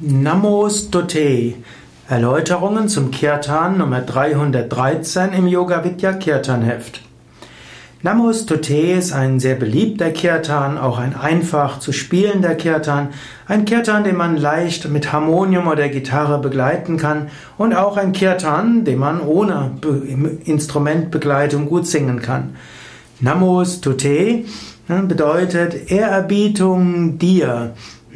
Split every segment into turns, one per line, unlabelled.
Namo-Stuti. Erläuterungen zum Kirtan Nummer 313 im Yoga Vidya Kirtan Heft. Namo-Stuti ist ein sehr beliebter Kirtan, auch ein einfach zu spielender Kirtan. Ein Kirtan, den man leicht mit Harmonium oder Gitarre begleiten kann und auch ein Kirtan, den man ohne Instrumentbegleitung gut singen kann. Namo-Stuti bedeutet Ehrerbietung dir.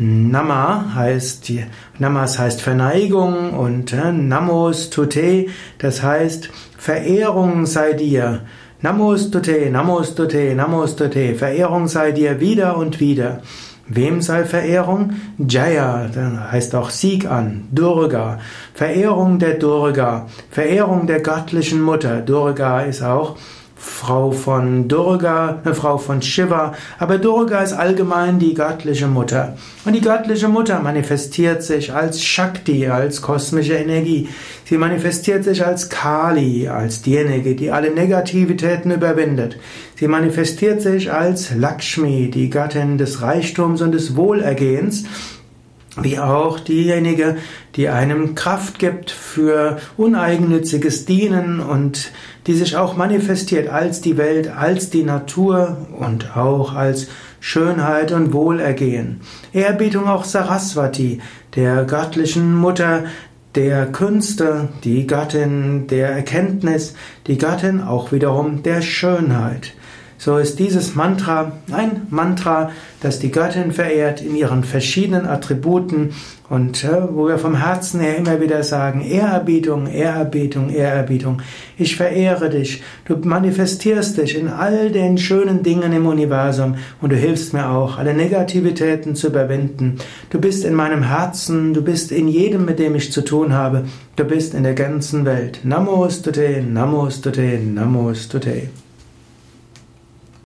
Namas heißt Verneigung und Namo-Stuti, das heißt Verehrung sei dir. Namo-Stuti, Namo-Stuti, Namo-Stuti, Verehrung sei dir wieder und wieder. Wem sei Verehrung? Jaya, heißt auch Sieg an, Durga, Verehrung der Durga, Verehrung der göttlichen Mutter. Durga ist auch Frau von Durga, eine Frau von Shiva, aber Durga ist allgemein die göttliche Mutter. Und die göttliche Mutter manifestiert sich als Shakti, als kosmische Energie. Sie manifestiert sich als Kali, als diejenige, die alle Negativitäten überwindet. Sie manifestiert sich als Lakshmi, die Gattin des Reichtums und des Wohlergehens, wie auch diejenige, die einem Kraft gibt für uneigennütziges Dienen und die sich auch manifestiert als die Welt, als die Natur und auch als Schönheit und Wohlergehen. Ehrerbietung auch Saraswati, der göttlichen Mutter der Künste, die Gattin der Erkenntnis, die Gattin auch wiederum der Schönheit. So ist dieses Mantra ein Mantra, das die Göttin verehrt in ihren verschiedenen Attributen und wo wir vom Herzen her immer wieder sagen, Ehrerbietung, Ehrerbietung, Ehrerbietung. Ich verehre dich, du manifestierst dich in all den schönen Dingen im Universum und du hilfst mir auch, alle Negativitäten zu überwinden. Du bist in meinem Herzen, du bist in jedem, mit dem ich zu tun habe, du bist in der ganzen Welt. Namo-Stuti, Namo-Stuti, Namo-Stuti.